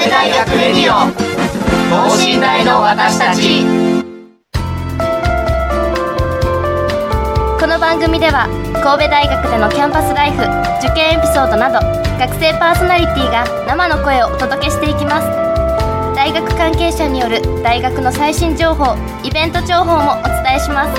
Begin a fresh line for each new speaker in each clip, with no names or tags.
神戸大学レディオ等身大の私たち。
この番組では神戸大学でのキャンパスライフ、受験エピソードなど学生パーソナリティが生の声をお届けしていきます。大学関係者による大学の最新情報、イベント情報もお伝えします。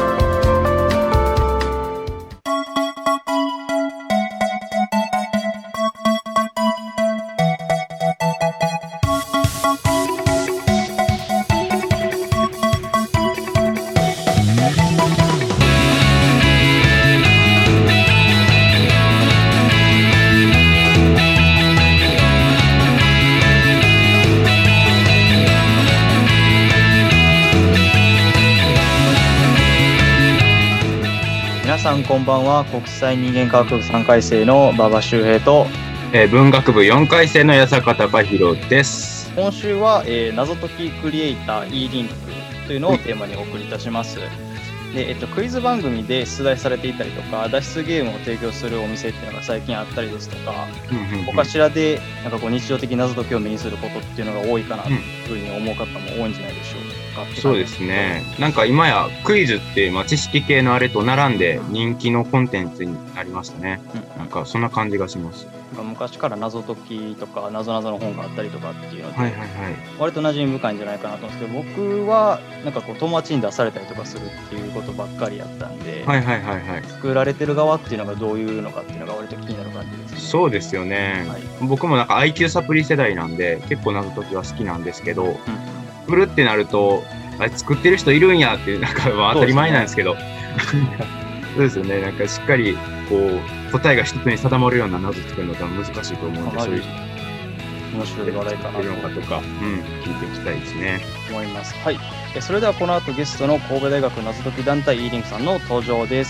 皆さんこんばんは。国際人間科学部3回生の馬場周平と、
文学部4回生の八坂隆弘です。
今週は、謎解きクリエイター E リンクというのをテーマにお送りいたします。で、クイズ番組で出題されていたりとか、脱出ゲームを提供するお店っていうのが最近あったりですとか、他しらでなんかこう日常的謎解きを目にすることっていうのが多いかなというふうに思う方も多いんじゃないでしょうか。
そうですね。なんか今やクイズって、知識系のあれと並んで人気のコンテンツになりましたね。なんかそんな感じがします。
昔から謎解きとか謎々の本があったりとかっていうので、割と馴染み深いんじゃないかなと思うんですけど、僕はなんかこう友達に出されたりとかするっていうことばっかりやったんで、作られてる側っていうのがどういうのかっていうのが割と気になる感じですね。
そうですよね、僕もなんか IQ サプリ世代なんで結構謎解きは好きなんですけど、作るってなると作ってる人いるんやっていう、なんか当たり前なんですけどそうですよね。なんかしっかりこう答えが一つに定まるような謎作るのって難しいと思うんで、そういう
面白い話題かなと
かとか、聞いていきたいですね。
思います。はい。それではこの後ゲストの神戸大学謎解き団体 E リンクさんの登場です。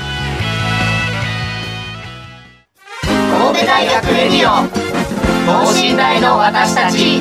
神戸大学レディオ等身大の私たち。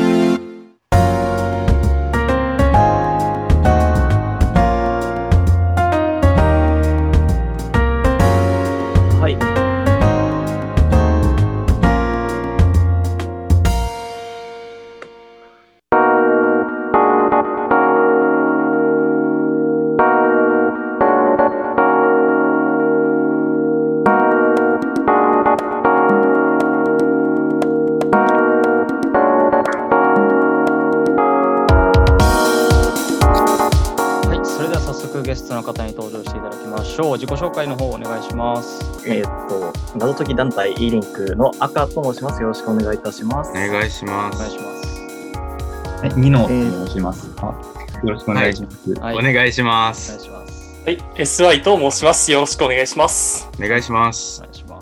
ゲストの方に登場していただきましょう。自己紹介の方お願いします。
謎解き団体 E リンクの赤と申します。よろしくお願いいたします。
お願いします。
はい、ニノと申します。よろしくお願いします。
お願いします。
はい、SY と申します。よろしくお願いします。
お願いします。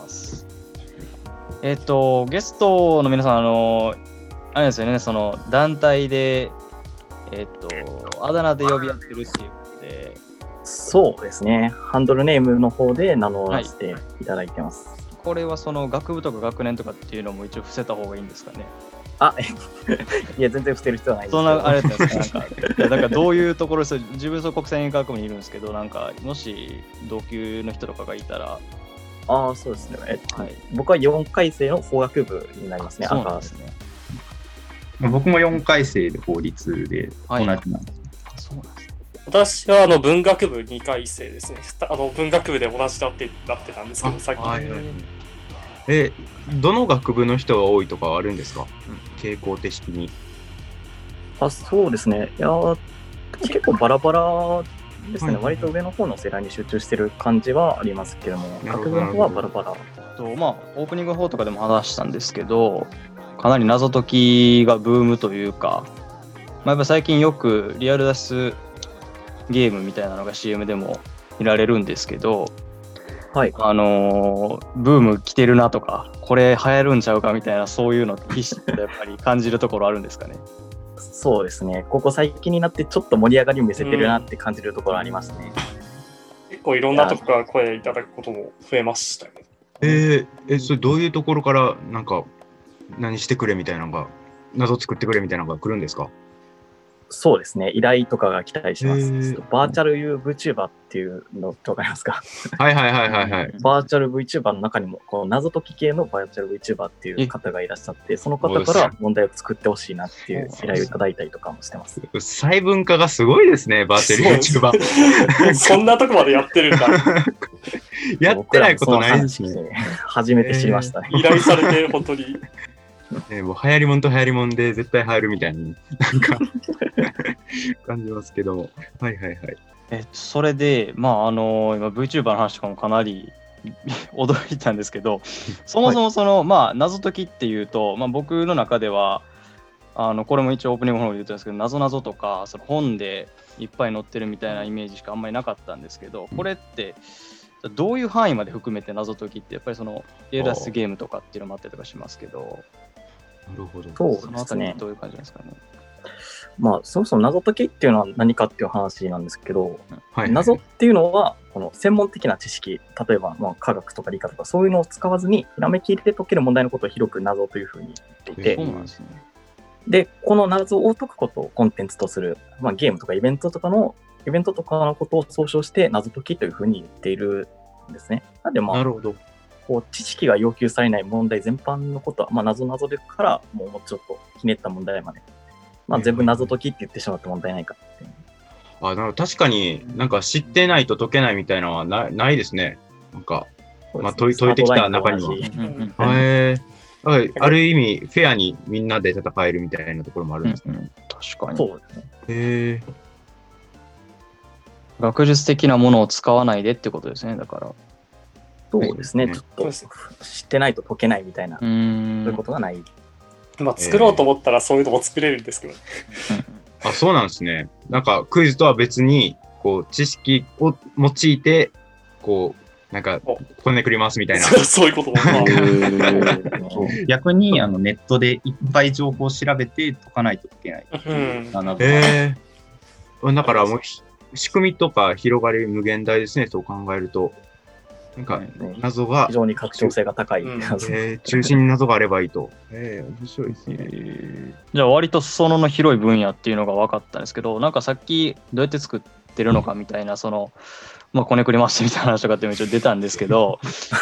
ゲストの皆さん、あれですよね、その団体であだ名で呼び合ってるっていうことで。
そうですね。ハンドルネームの方で名乗らせていただいてます。
これはその学部とか学年とかっていうのも一応伏せた方がいいんですかね。
いや全然伏せる必要はないです。
そんなあれですか。なんかどういうところです。自分国際科学部にいるんですけど、なんかもし同級の人とかがいたら。
そうですね。僕は4回生の法学部になりますね。
そうなんですね。
僕も4回生で法律で同じなんです。
そうなんですね。
私は文学部2回生ですね。文学部で同じだってなってたんですけど、さっき。
どの学部の人が多いとかあるんですか？傾向的に。
そうですね。いや結構バラバラですね。割と上の方の世代に集中してる感じはありますけども、学部の方はバラバラ。
オープニングの方とかでも話したんですけど、かなり謎解きがブームというか、やっぱ最近よくリアル脱出ゲームみたいなのが CM でも見られるんですけど、ブーム来てるなとか、これ流行るんちゃうかみたいな、そういうのって必死でやっぱり感じるところあるんですかね。
そうですね。ここ最近になってちょっと盛り上がりを見せてるなって感じるところありますね。
結構いろんなとこから声いただくことも増えましたね。
それどういうところからなんか何してくれみたいなのが、謎作ってくれみたいなのが来るんですか？
そうですね、依頼とかが来たりします。バーチャル VTuber っていうのってわかりますか？
はいはいはいはいはい。
バーチャル VTuber の中にも、この謎解き系のバーチャル VTuber っていう方がいらっしゃって、その方から問題を作ってほしいなっていう依頼をいただいたりとかもしてます。
細分化がすごいですね、バーチャル VTuber。
そんなとこまでやってるんだ。
やってないことないですね。
初めて知りましたね。
依頼されて、本当に。
もう流行りもんと流行りもんで絶対流行るみたいな、なんか感じますけども。はいはいはい。
それで、今 VTuber の話とかもかなり驚いたんですけど、そもそもその、謎解きっていうと、僕の中では、これも一応オープニングの方で言ったんですけど、謎々とか、その本でいっぱい載ってるみたいなイメージしかあんまりなかったんですけど、これって、どういう範囲まで含めて謎解きって、やっぱりその、エーラスゲームとかっていうのもあったりとかしますけど、
なるほど。
そうですね。
どういう感じですかね。
そもそも謎解きっていうのは何かっていう話なんですけど、
はい、
謎っていうのは、この専門的な知識、例えば科学とか理科とかそういうのを使わずに、ひらめきで解ける問題のことを広く謎というふうに言っていて、
そうなんですね。
で、この謎を解くことをコンテンツとする、ゲームとかイベントとかのことを総称して謎解きというふうに言っているんですね。なんで
なるほど。
こう知識が要求されない問題全般のことは、謎でからもうちょっとひねった問題まで、全部謎解きって言ってしまって問題ないかっていう。
確かになんか知ってないと解けないみたいなのはないですね。なんか、解いてきた中には。ある意味、フェアにみんなで戦えるみたいなところもあるんですね。
確かに。
そうですね。
学術的なものを使わないでってことですね、だから。
そうですね、ちょっと知ってないと解けないみたいな、そういうことがない。
作ろうと思ったらそういうのも作れるんですけど。
そうなんですね。なんかクイズとは別に、こう、知識を用いて、こう、なんか、こねくりますみたいな。
そういうことも。
逆にネットでいっぱい情報を調べて解かないと解けない。
だからもう、仕組みとか広がり無限大ですね、そう考えると。なんか、謎が。
非常に拡張性が高い。
中心に謎があればいいと。面白いですね。
じゃあ、割と裾野の広い分野っていうのが分かったんですけど、なんかさっきどうやって作ってるのかみたいな、こねくり回してみたいな話とかっても一応出たんですけど、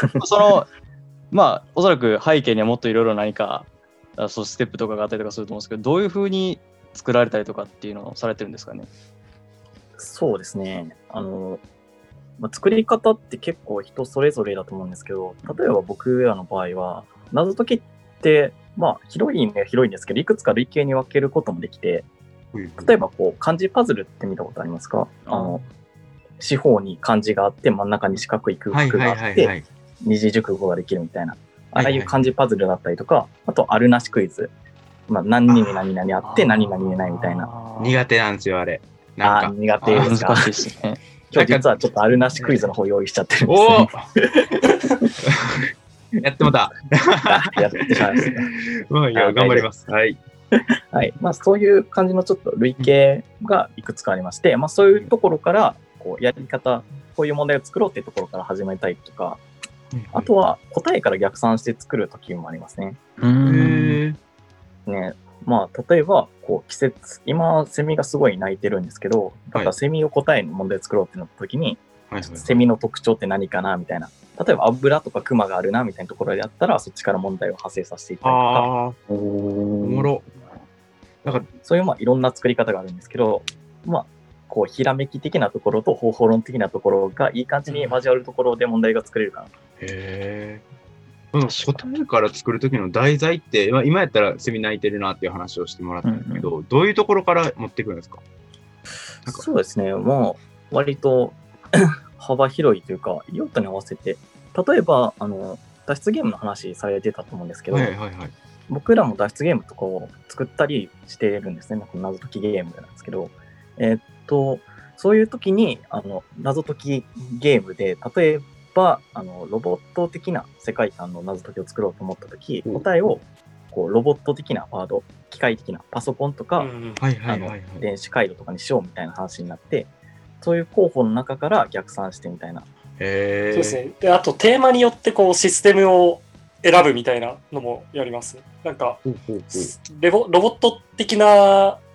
おそらく背景にはもっといろいろ何か、ステップとかがあったりとかすると思うんですけど、どういうふうに作られたりとかっていうのをされてるんですかね。
そうですね。作り方って結構人それぞれだと思うんですけど、例えば僕らの場合は、謎解きって、広いね、広いんですけど、いくつか類型に分けることもできて、例えば漢字パズルって見たことありますか？四方に漢字があって、真ん中に四角い空白があって、二字熟語ができるみたいな、ああいう漢字パズルだったりとか、あと、あるなしクイズ。何に何々あって、何々にないみたいな。
苦手なんですよ、あれ。
苦手ですか。
難しいですね。
今日実はちょっとあるなしクイズの方用意しちゃってるんです
ね。やってもた。
やってしまいました。
いや、頑張ります。はい。
はい。そういう感じのちょっと類型がいくつかありまして、そういうところから、やり方、こういう問題を作ろうっていうところから始めたりとか、あとは答えから逆算して作る時もありますね。ね。例えば、季節、今、セミがすごい鳴いてるんですけど、だからセミを答えの問題を作ろうってなった時に、セミの特徴って何かなみたいな。例えば、油とかクマがあるなみたいなところでやったら、そっちから問題を派生させていったりとか。
おもろ。
そういう、いろんな作り方があるんですけど、ひらめき的なところと方法論的なところがいい感じに交わるところで問題が作れるかな。
答えから作るときの題材って、今やったらセミ鳴いてるなっていう話をしてもらったんですけど、どういうところから持ってくるんですか？
そうですね、割と幅広いというか、用途に合わせて、例えば脱出ゲームの話されてたと思うんですけど、僕らも脱出ゲームとかを作ったりしてるんですね、謎解きゲームなんですけど、そういう時に謎解きゲームで、例えばロボット的な世界観の謎解きを作ろうと思った時、答えをロボット的なワード、機械的なパソコンとか電子回路とかにしようみたいな話になって、そういう候補の中から逆算してみたいな。
そうですね。で、あとテーマによってシステムを選ぶみたいなのもやります。なんかロボット的な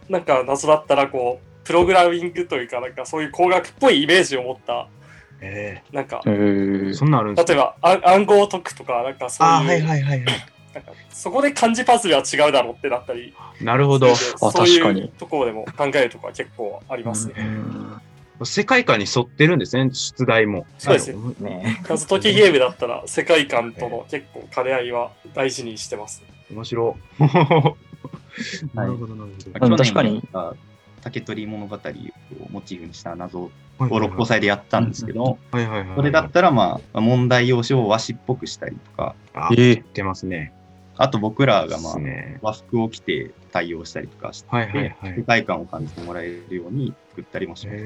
なんか謎だったらこうプログラミングというかなんかそういう工学っぽいイメージを持ったなんか
そんなあるんですか。
例えば暗号を解くとかなんかそういう
はいはいはいはい。
なんかそこで漢字パズルは違うだろうってなったり、
なるほど。
そういうところでも考えるとか結構ありますね。
世界観に沿ってるんですね、出題も。
そうですね。謎解きゲームだったら世界観との結構兼ね合いは大事にしてます。
面白。
なるほどなるほど。確かに竹取物語をモチーフにした謎を六甲祭でやったんですけど、それだったらまあ問題用紙を和紙っぽくしたりとか、
言ってますね。
あと僕らがまあ和服を着て対応したりとかして、世界観を感じてもらえるように作ったりもします。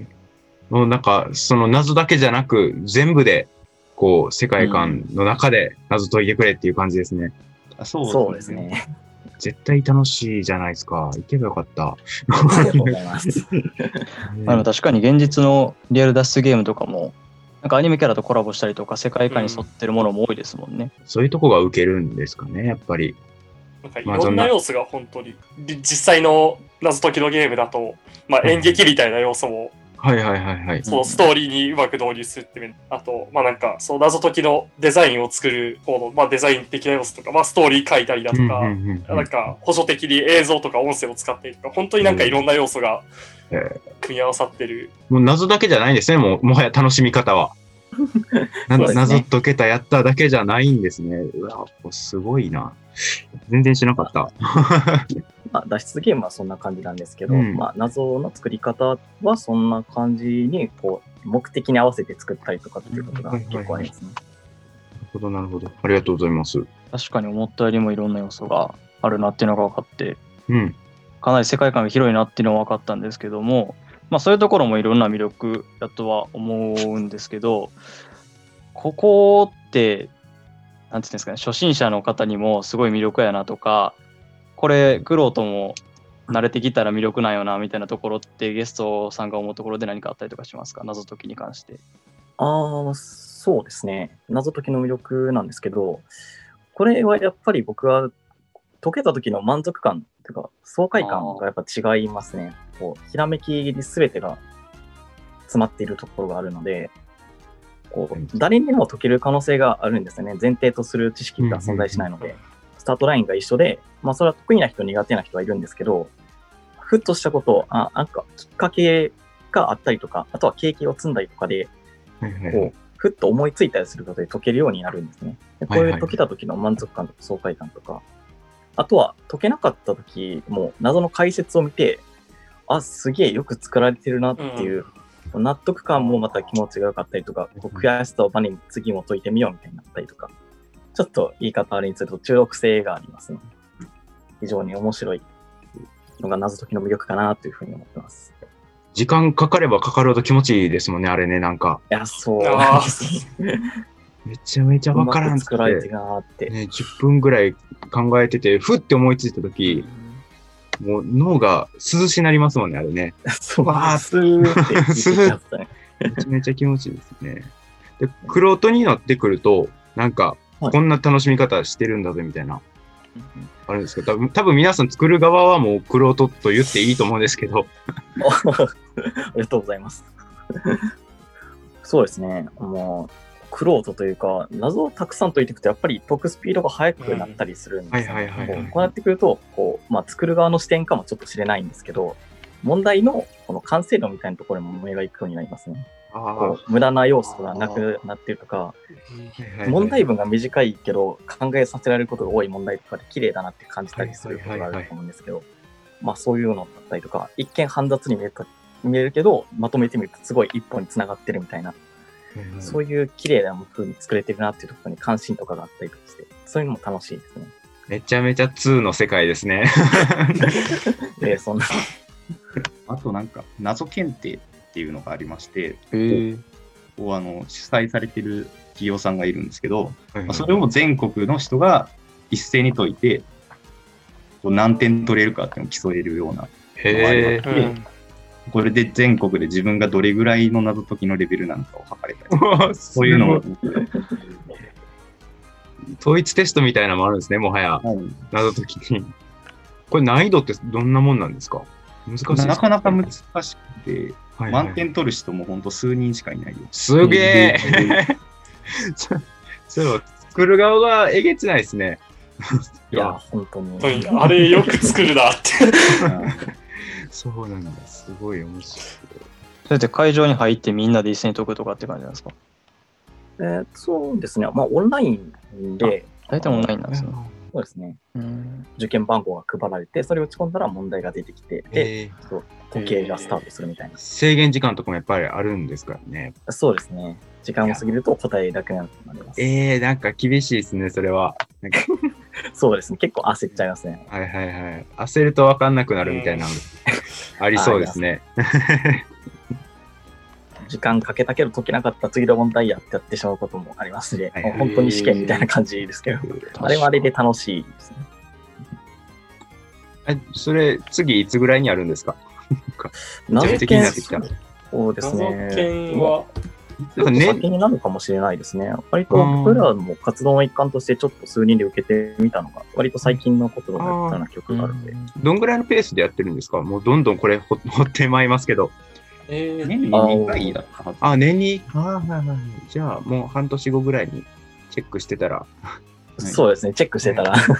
もうなんかその謎だけじゃなく全部でこう世界観の中で謎解いてくれっていう感じですね。
そうですね。
絶対楽しいじゃないですか。行けばよかった。
ありがとうございます。
確かに現実のリアル脱出ゲームとかもなんかアニメキャラとコラボしたりとか世界観に沿ってるものも多いですもんね。
そういうとこが受けるんですかね、やっぱり。
なんかいろんな要素が本当に実際の謎解きのゲームだと、まあ、演劇みたいな要素もそうストーリーにうまく導入するっていうあと、まあ、なんかそう謎解きのデザインを作る方の、まあ、デザイン的な要素とか、まあ、ストーリー書いたりだとか、なんか補助的に映像とか音声を使ったりとか、本当になんかいろんな要素が組み合わさってる。
もう謎だけじゃないんですね、もはや楽しみ方は。謎解けたやっただけじゃないんですね。うわ、すごいな。全然知らなかった。
まあ、脱出ゲームはそんな感じなんですけど、まあ、謎の作り方はそんな感じにこう目的に合わせて作ったりとかっていうことが結構ありますね。
なるほどなるほど。ありがとうございます。
確かに思ったよりもいろんな要素があるなっていうのが分かって、かなり世界観が広いなっていうのは分かったんですけども、まあ、そういうところもいろんな魅力だとは思うんですけど、ここってなんていうんですかね、初心者の方にもすごい魅力やなとか、これ玄人も慣れてきたら魅力なんよなみたいなところってゲストさんが思うところで何かあったりとかしますか、謎解きに関して。
そうですね、謎解きの魅力なんですけど、これはやっぱり僕は解けた時の満足感というか爽快感がやっぱ違いますね。こうひらめきに全てが詰まっているところがあるので、こう誰にも解ける可能性があるんですよね。前提とする知識が存在しないので、スタートラインが一緒で、まあそれは得意な人苦手な人はいるんですけど、ふっとしたことをなんかきっかけがあったりとか、あとは経験を積んだりとかで、こうふっと思いついたりすることで解けるようになるんですね。でこういう解けた時の満足感とか爽快感とか、あとは解けなかった時も謎の解説を見て、すげえよく作られてるなっていう、納得感もまた気持ちが良かったりとか、悔しさをバネに次も解いてみようみたいになったりとか、ちょっと言い方あれにすると中毒性がありますね。非常に面白いのが謎解きの魅力かなというふうに思ってます。
時間かかればかかるほど気持ちいいですもんね、あれね、なんか。
いや、そうなんです。
めちゃめちゃわからんって。
作られてるなーって。
ね、10分ぐらい考えてて、ふって思いついたとき、もう脳が涼しになりますもんね、あれね。
そう、スーって聞いてきちゃったね。
めちゃめちゃ気持ちいいですね。で、玄人になってくると、なんか、こんな楽しみ方してるんだぜ、みたいな。あるんですけど、多分皆さん作る側はもう玄人と言っていいと思うんですけど。
ありがとうございます。そうですね。もう、玄人というか、謎をたくさん解いていくと、やっぱり解くスピードが速くなったりするんですよね。こうなってくると、作る側の視点かもちょっと知れないんですけど、問題のこの完成度みたいなところにも目が行くようになりますね。無駄な要素がなくなってるとか、問題文が短いけど考えさせられることが多い問題とかで綺麗だなって感じたりすることがあると思うんですけど、まあそういうのだったりとか、一見煩雑に見えるけど、まとめてみるとすごい一本に繋がってるみたいな、そういう綺麗な風に作れてるなっていうところに関心とかがあったりとかして、そういうのも楽しいですね。
めちゃめちゃ2の世界ですね。
そんな。
あとなんか謎検定っていうのがありまして、主催されてる企業さんがいるんですけど、それを全国の人が一斉に解いて、何点取れるかっていうのを競えるようなのがありまして、これで全国で自分がどれぐらいの謎解きのレベルなのかを測れたり、そういうのを
統一テストみたいなのもあるんですね、もはや、謎解きに。 これ難易度ってどんなもんなんですか？難しいですか？
なかなか難しくて、満点取る人も本当数人しかいないよ。
すげえそう作る側がえげつないですね。
いや、本当に。
あれよく作るなって。
そうなんだ。すごい面白い。
それって会場に入ってみんなで一斉に解くとかって感じなんですか？
そうですね。まあ、オンラインで。
大体オンラインなんですね。
そうですね。受験番号が配られて、それを打ち込んだら問題が出てきて、で、時計がスタートするみたいな。
制限時間とかもやっぱりあるんですからね。
そうですね。時間を過ぎると答えだけになります。
なんか厳しいですね、それは。なんか
そうですね。結構焦っちゃいますね。
はいはいはい。焦ると分かんなくなるみたいなのありそうですね。
時間かけたけど解けなかった次の問題やってしまうこともありますね。本当に試験みたいな感じですけど、あれはあれで楽しいです
ね。それ、次いつぐらいにあるんですか？
謎
研になってきた。
そうですね。
謎研は
先になるかもしれないですね。割と僕らも活動の一環としてちょっと数人で受けてみたのが、割と最近のことだったような記憶があるんで。
どんぐらいのペースでやってるんですか？もうどんどんこれ掘ってまいりますけど。
年に2回だったはず。
年にじゃあもう半年後ぐらいにチェックしてたら。
そうですね、チェックしてたら。
はい、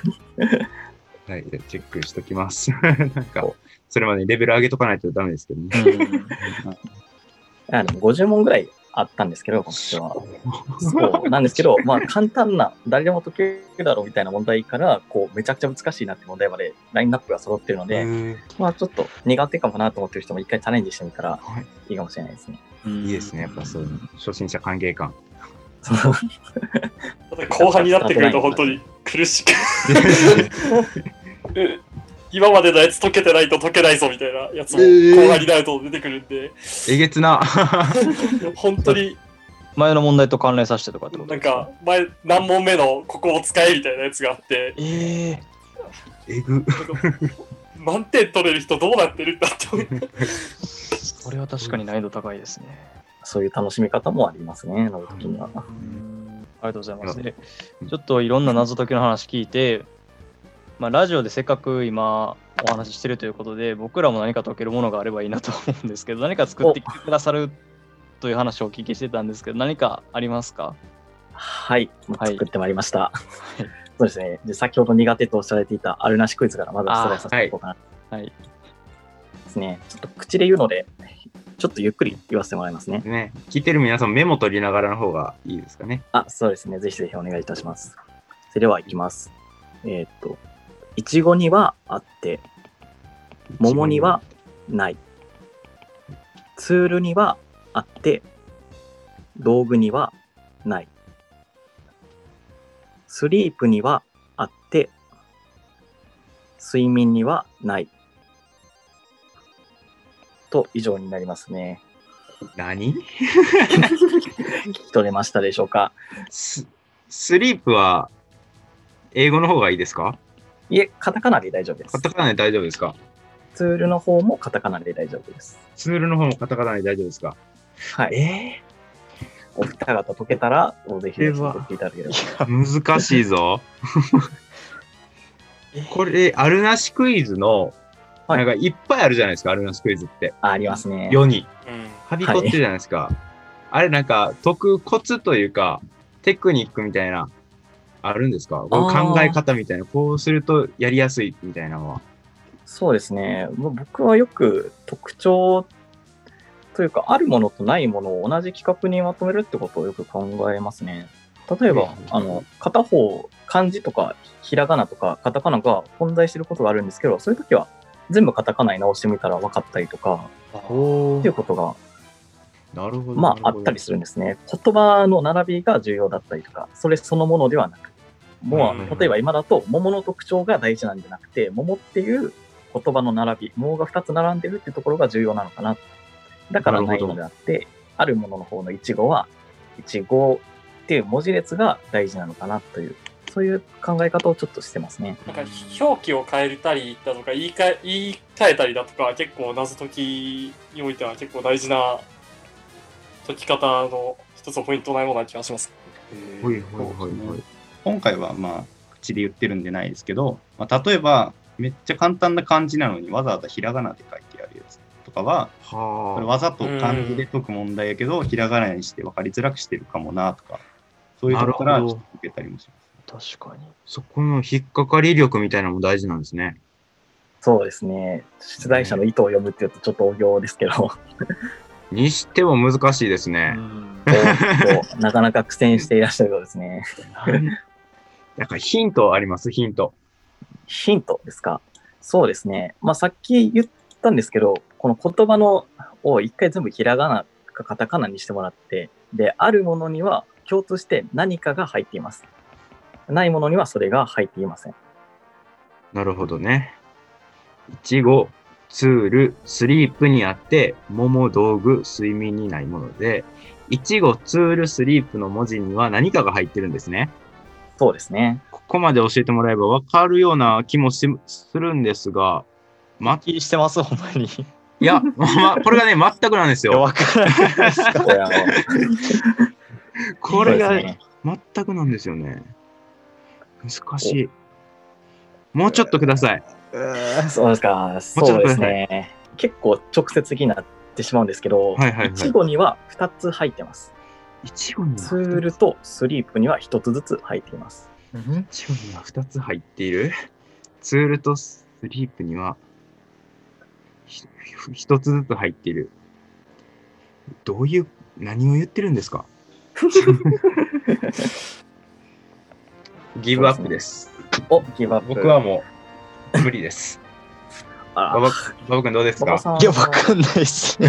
チェックしときます。なんか、それまでレベル上げとかないとダメですけどね。
でも50問ぐらいあったんですけど、今年は。そうなんですけど、まあ簡単な、誰でも解けるだろうみたいな問題から、こう、めちゃくちゃ難しいなって問題までラインナップが揃ってるので、まあちょっと苦手かもなと思ってる人も一回チャレンジしてみたらいいかもしれないですね。
いいですね、やっぱそういうの。初心者歓迎感。
後半になってくると本当に苦しく。今までのやつ解けてないと解けないぞみたいなやつも後半になると出てくるんで、
えげつな
本当に
前の問題と関連させてとかってこと
なんか前何問目のここを使えみたいなやつがあって、
えぐ
満点取れる人どうなってるんだって思う。
これは確かに難易度高いですね。
そういう楽しみ方もありますね、謎解きには。
ありがとうございます。ちょっといろんな謎解きの話聞いて、ラジオでせっかく今お話ししてるということで、僕らも何か解けるものがあればいいなと思うんですけど、何か作ってきてくださるという話をお聞きしてたんですけど、何かありますか？
はい、作ってまいりました。そうですね。で、先ほど苦手とおっしゃられていたあるなしクイズからまず出題させていこうかな。はい。ですね。ちょっと口で言うので、ちょっとゆっくり言わせてもらいますね。
聞いてる皆さんメモ取りながらの方がいいですかね。
そうですね。ぜひぜひお願いいたします。それではいきます。いちごにはあって、桃にはない。ツールにはあって、道具にはない。スリープにはあって、睡眠にはない。と以上になりますね。
何？
聞き取れましたでしょうか？
スリープは英語の方がいいですか？
いえ、カタカナで大丈夫です。
カタカナで大丈夫ですか？
ツールの方もカタカナで大丈夫です。
ツールの方もカタカナで大丈夫ですか？
はい。お二方解けたら、ぜひ解いていただければ。
難しいぞ。これ、あるなしクイズの、なんかいっぱいあるじゃないですか、あるなしクイズって。
ありますね。
世に。はびこってるじゃないですか。あれなんか、解くコツというか、テクニックみたいな、あるんですか？考え方みたいな、こうするとやりやすいみたいなのは。
そうですね。僕はよく特徴というか、あるものとないものを同じ企画にまとめるってことをよく考えますね。例えば、片方、漢字とか、ひらがなとか、カタカナが混在してることがあるんですけど、そういう時は全部カタカナに直してみたら分かったりとか、っていうことが、あったりするんですね。言葉の並びが重要だったりとか、それそのものではなく、例えば今だと、桃の特徴が大事なんじゃなくて、桃っていう言葉の並び、桃が2つ並んでるってところが重要なのかな。だからないのであって、あるものの方のイチゴは、イチゴっていう文字列が大事なのかなという、そういう考え方をちょっとしてますね。
なんか表記を変えたりだとか言い換えたりだとか、結構謎解きにおいては結構大事な解き方の一つのポイントなような気がします。
今回は口で言ってるんでないですけど、例えばめっちゃ簡単な漢字なのにわざわざひらがなで書いてあるやつとかは、これわざと漢字で解く問題やけど、ひらがなにして分かりづらくしてるかもなとか、そういうところから受けたりもし
ます。確かに。
そこの引っかかり力みたいなのも大事なんですね。
そうですね。出題者の意図を読むっていうとちょっとお行ですけど。
にしても難しいですね。
なかなか苦戦していらっしゃるようですね。
だからヒントあります？ヒント。
ヒントですか？そうですね。まあさっき言ったんですけど、この言葉のを一回全部ひらがなかカタカナにしてもらって、で、あるものには共通して何かが入っています。ないものにはそれが入っていません。
なるほどね。いちご、ツール、スリープにあって、桃、道具、睡眠にないもので、いちご、ツール、スリープの文字には何かが入ってるんですね。
そうですね。
ここまで教えてもらえば分かるような気もするんですが、
気にしてます、ほんまに。
いや、これがね、全くなんですよ。
分からないですか。
これが全くなんですよね。難しい。もうちょっとください。
そうですか。そうですね。結構直接的になってしまうんですけど、いちごには2つ入ってます。
いちごには
ツールとスリープには1つずつ入っています。
いちごには2つ入っている。ツールとスリープには1つずつ入っている。どういう、何を言ってるんですか？ギブアップです。
ギブアップ。
僕はもう無理です。馬場君どうですか？
いや、わかんないですね。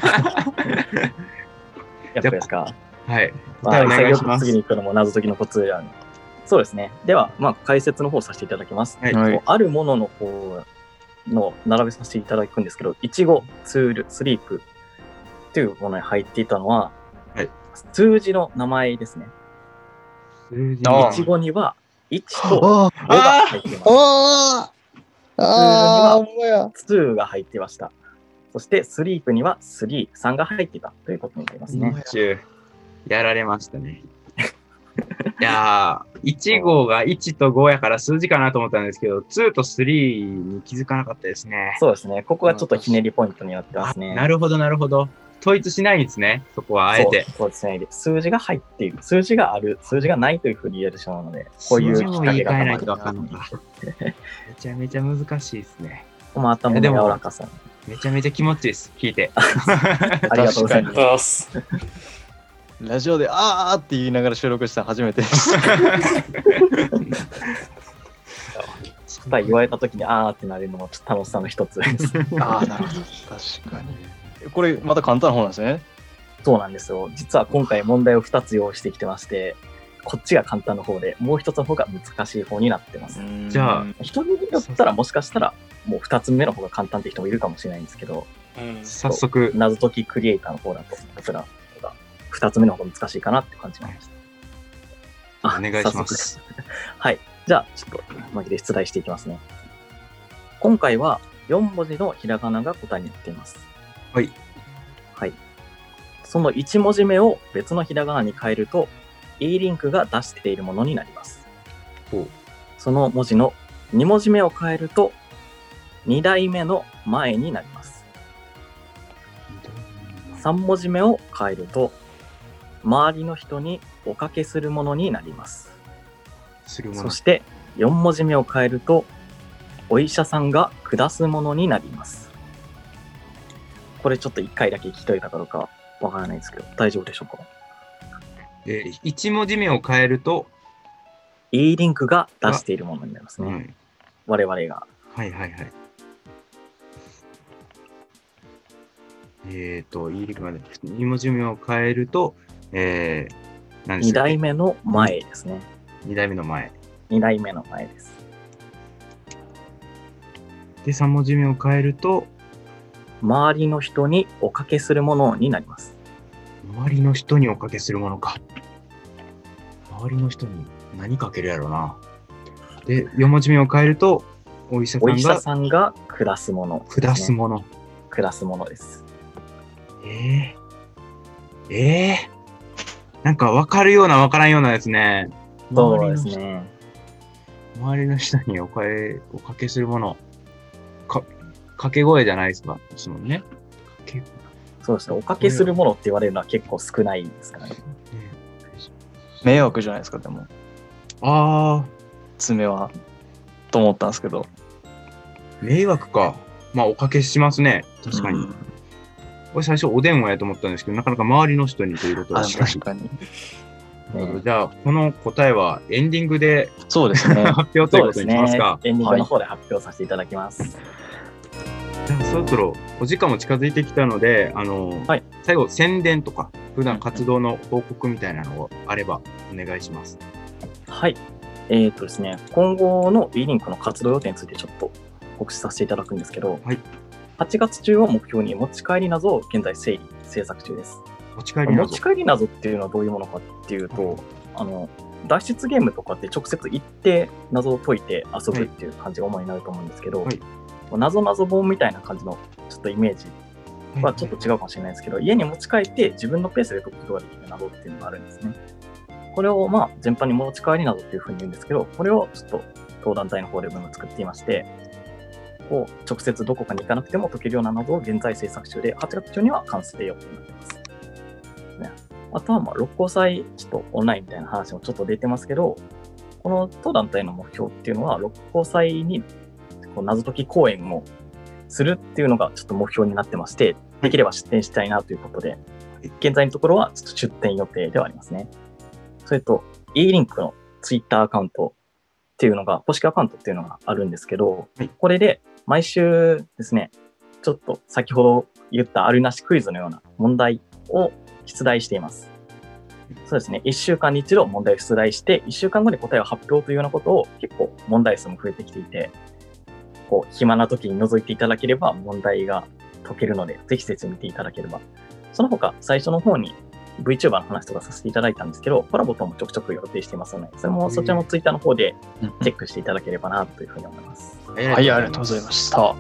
やっぱですか？
はい。
お願いします。次に行くのも謎解きのコツやん。そうですね。では、解説の方させていただきます。はい、あるものの方の並べさせていただくんですけど、いちご、ツール、スリープというものに入っていたのは、はい、数字の名前ですね。いちごには1と5が入っています。ツールには2が入っていました。そしてスリープには3、3が入っていたということになりますね。
やられましたね。いやー、1号が1と5やから数字かなと思ったんですけど、2と3に気づかなかったですね。
そうですね。ここがちょっとひねりポイントになってますね。
なるほど、なるほど。統一しないんですね。そこはあえて。
そうですね。数字が入っている。数字がある。数字がないというふうに言えるしまうので、こういうきっかけがたまる。
めちゃめちゃ難しいですね。
この頭の柔らかさ。
めちゃめちゃ気持ちいいです。聞いて。
ありがとうございます。
ラジオであーって言いながら収録したの初めてです。
言われたときにあーってなるのもちょっと楽しさの一つです。
あー、なるほど。確かに。これまた簡単な方なんですね。
そうなんですよ。実は今回問題を2つ用意してきてまして、こっちが簡単な方で、もう一つの方が難しい方になってます。
じゃあ、
人によったらもしかしたらもう2つ目の方が簡単って人もいるかもしれないんですけど、
早速
謎解きクリエイターの方だとこちらが2つ目の方が難しいかなって感じました。
お願いします。
はい。じゃあ、ちょっとマジで出題していきますね。今回は4文字のひらがなが答えになっています。
はい。
はい。その1文字目を別のひらがなに変えると、E リンクが出しているものになります。その文字の2文字目を変えると、2代目の前になります。3文字目を変えると、周りの人におかけするものになります。そして4文字目を変えると、お医者さんが下すものになります。これちょっと1回だけ聞き取れたかどうかわからないですけど、大丈夫でしょうか
？1文字目を変えると、
E リンクが出しているものになりますね。我々が。
はいはいはい。E リンクまで2文字目を変えると、
2代目の前ですね。
2代目の前。
2代目の前です。
で、3文字目を変えると、
周りの人におかけするものになります。
周りの人におかけするものか。周りの人に何かけるやろうな。で、4文字目を変えると、お医者
さんが下すもの、ね。
下すもの。
下すものです。
なんか分かるような分からんようなですね。
そうですね。
周りの人にお声をかけするもの。掛け声じゃないですか。ですもんね。
そうですね。おかけするものって言われるのは結構少ないですからね。
迷惑じゃないですか、でも。
ああ。
爪は。と思ったんですけど。
迷惑か。まあ、おかけしますね。確かに。これ最初お電話やと思ったんですけど、なかなか周りの人にということは
確かに。
じゃあ、この答えはエンディングで
そうですね
発表ということにしますか。
エンディングの方で発表させていただきます。
じゃあそろそろお時間も近づいてきたので、最後宣伝とか普段活動の報告みたいなのがあればお願いします。
はい。ですね、今後の E リンクの活動予定についてちょっと告知させていただくんですけど、8月中を目標に持ち帰り謎を現在制作中です。持ち帰り謎っていうのはどういうものかっていうと、脱出ゲームとかって直接行って謎を解いて遊ぶっていう感じが主になると思うんですけど、謎本みたいな感じのちょっとイメージはちょっと違うかもしれないですけど、家に持ち帰って自分のペースで解くことができる謎っていうのがあるんですね。これを全般に持ち帰り謎っていうふうに言うんですけど、これをちょっと当団体の方でも作っていまして、直接どこかに行かなくても解けるような謎を現在制作中で、8月中には完成予定になっています。あとは六甲祭ちょっとオンラインみたいな話もちょっと出てますけど、この当団体の目標っていうのは、六甲祭に謎解き公演をするっていうのがちょっと目標になってまして、できれば出展したいなということで、現在のところはちょっと出展予定ではありますね。それと E リンクのツイッターアカウントっていうのが、公式アカウントっていうのがあるんですけど、これで毎週ですね、ちょっと先ほど言ったあるなしクイズのような問題を出題しています。そうですね。1週間に一度問題を出題して、1週間後に答えを発表というようなことを結構問題数も増えてきていて、暇な時に覗いていただければ問題が解けるので、ぜひぜひ見ていただければ。その他、最初の方に VTuber の話とかさせていただいたんですけど、コラボともちょくちょく予定していますので、それもそちらも Twitter の方でチェックしていただければなというふうに思います。
はい、ありがとうございました。はい、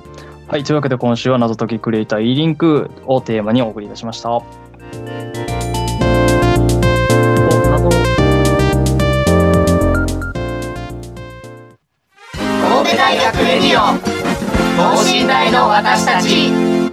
というわけで今週は謎解きクリエイター E リンクをテーマにお送りいたしました。
神戸大学レディオ等身大の私たち。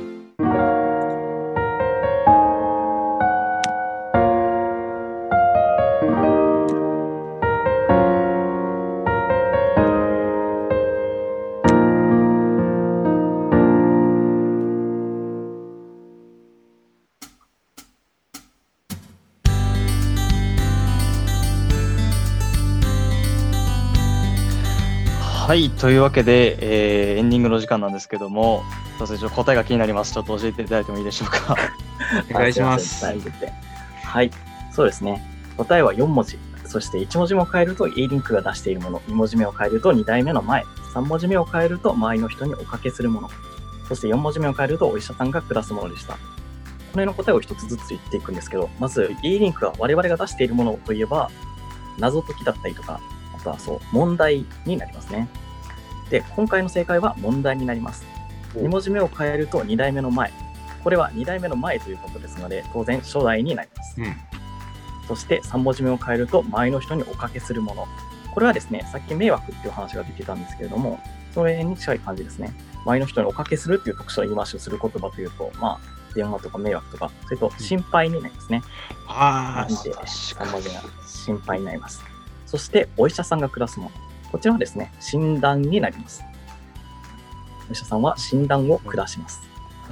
はい、というわけで、エンディングの時間なんですけども、どうせ答えが気になります。ちょっと教えていただいてもいいでしょうか。
お願いします。
はい、そうですね。答えは4文字。そして1文字も変えると E リンクが出しているもの、2文字目を変えると2代目の前、3文字目を変えると周りの人におかけするもの、そして4文字目を変えるとお医者さんが下すものでした。この辺の答えを一つずつ言っていくんですけど、まず E リンクが我々が出しているものといえば、謎解きだったりとか、あとは問題になりますね。で、今回の正解は問題になります。2文字目を変えると2代目の前。これは2代目の前ということですので、当然初代になります。そして3文字目を変えると周りの人におかけするもの。これはですね、さっき迷惑っていう話が出てたんですけれども、それに近い感じですね。周りの人におかけするっていう特徴を言い回しをする言葉というと、電話とか迷惑とか、それと心配になりますね。3文字が心配になります。そしてお医者さんが下すもの。こちらはですね、診断になります。お医者さんは診断を下します。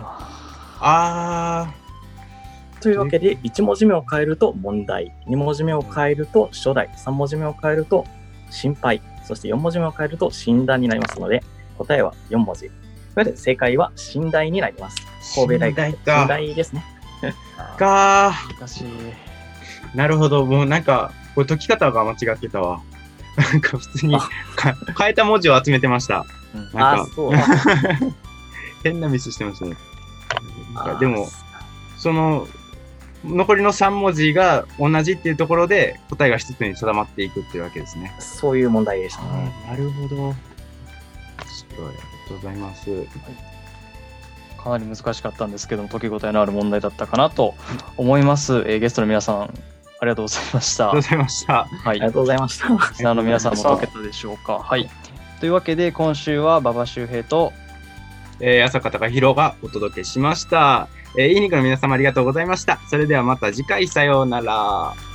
というわけで、1文字目を変えると問題、2文字目を変えると初代、3文字目を変えると心配、そして4文字目を変えると診断になりますので、答えは4文字。というわけで正解は診断になります。神戸大学診断ですね。
難
しい。
なるほど、もうなんか、これ解き方が間違ってたわ。なんか普通に変えた文字を集めてました。なんか変なミスしてましたね。でも、その残りの3文字が同じっていうところで答えが一つに定まっていくっていうわけですね。
そういう問題でしたね。
なるほど。すごい、ありがとうございます。
かなり難しかったんですけども、解き応えのある問題だったかなと思います。ゲストの皆さん、あありがとうございました。
ありがとうございました。
はい。
ありがとうございました。
リスナーの皆さんも解けたでしょうか。はい。というわけで、今週は馬場周平と、
朝香貴弘がお届けしました。いい肉の皆様ありがとうございました。それではまた次回、さようなら。